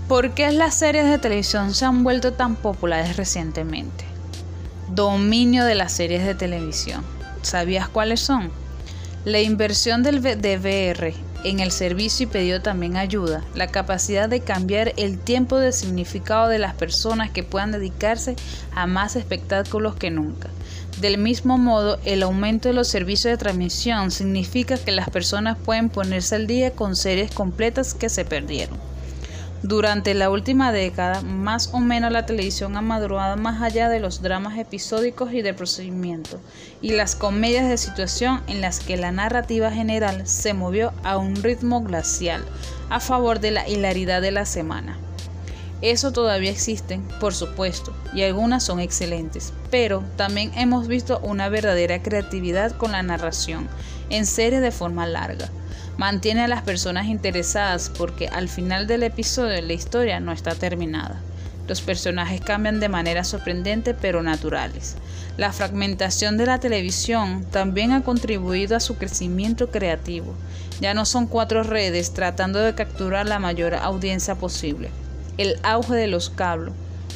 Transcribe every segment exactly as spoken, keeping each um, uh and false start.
¿Por qué las series de televisión se han vuelto tan populares recientemente? Dominio de las series de televisión. ¿Sabías cuáles son? La inversión del V R en el servicio y pedido también ayuda. La capacidad de cambiar el tiempo de significado de las personas que puedan dedicarse a más espectáculos que nunca. Del mismo modo, el aumento de los servicios de transmisión significa que las personas pueden ponerse al día con series completas que se perdieron. Durante la última década, más o menos la televisión ha madurado más allá de los dramas episódicos y de procedimiento, y las comedias de situación en las que la narrativa general se movió a un ritmo glacial, a favor de la hilaridad de la semana. Eso todavía existen, por supuesto, y algunas son excelentes, pero también hemos visto una verdadera creatividad con la narración, en series de forma larga. Mantiene a las personas interesadas porque al final del episodio la historia no está terminada. Los personajes cambian de manera sorprendente pero naturales. La fragmentación de la televisión también ha contribuido a su crecimiento creativo. Ya no son cuatro redes tratando de capturar la mayor audiencia posible. El auge de los cables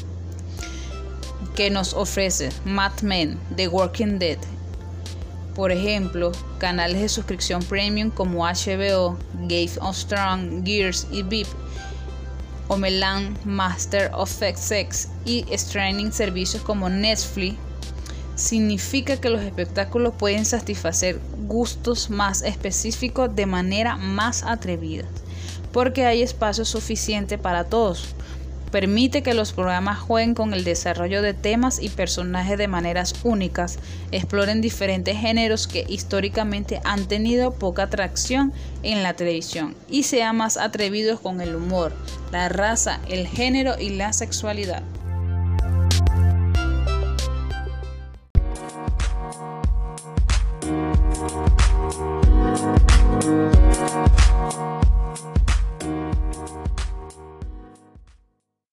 que nos ofrece Mad Men, The Walking Dead, por ejemplo, canales de suscripción premium como H B O, Game of Thrones, Gears y V I P, Homeland, Master of Sex y streaming servicios como Netflix, significa que los espectáculos pueden satisfacer gustos más específicos de manera más atrevida, porque hay espacio suficiente para todos. Permite que los programas jueguen con el desarrollo de temas y personajes de maneras únicas, exploren diferentes géneros que históricamente han tenido poca atracción en la televisión y sean más atrevidos con el humor, la raza, el género y la sexualidad.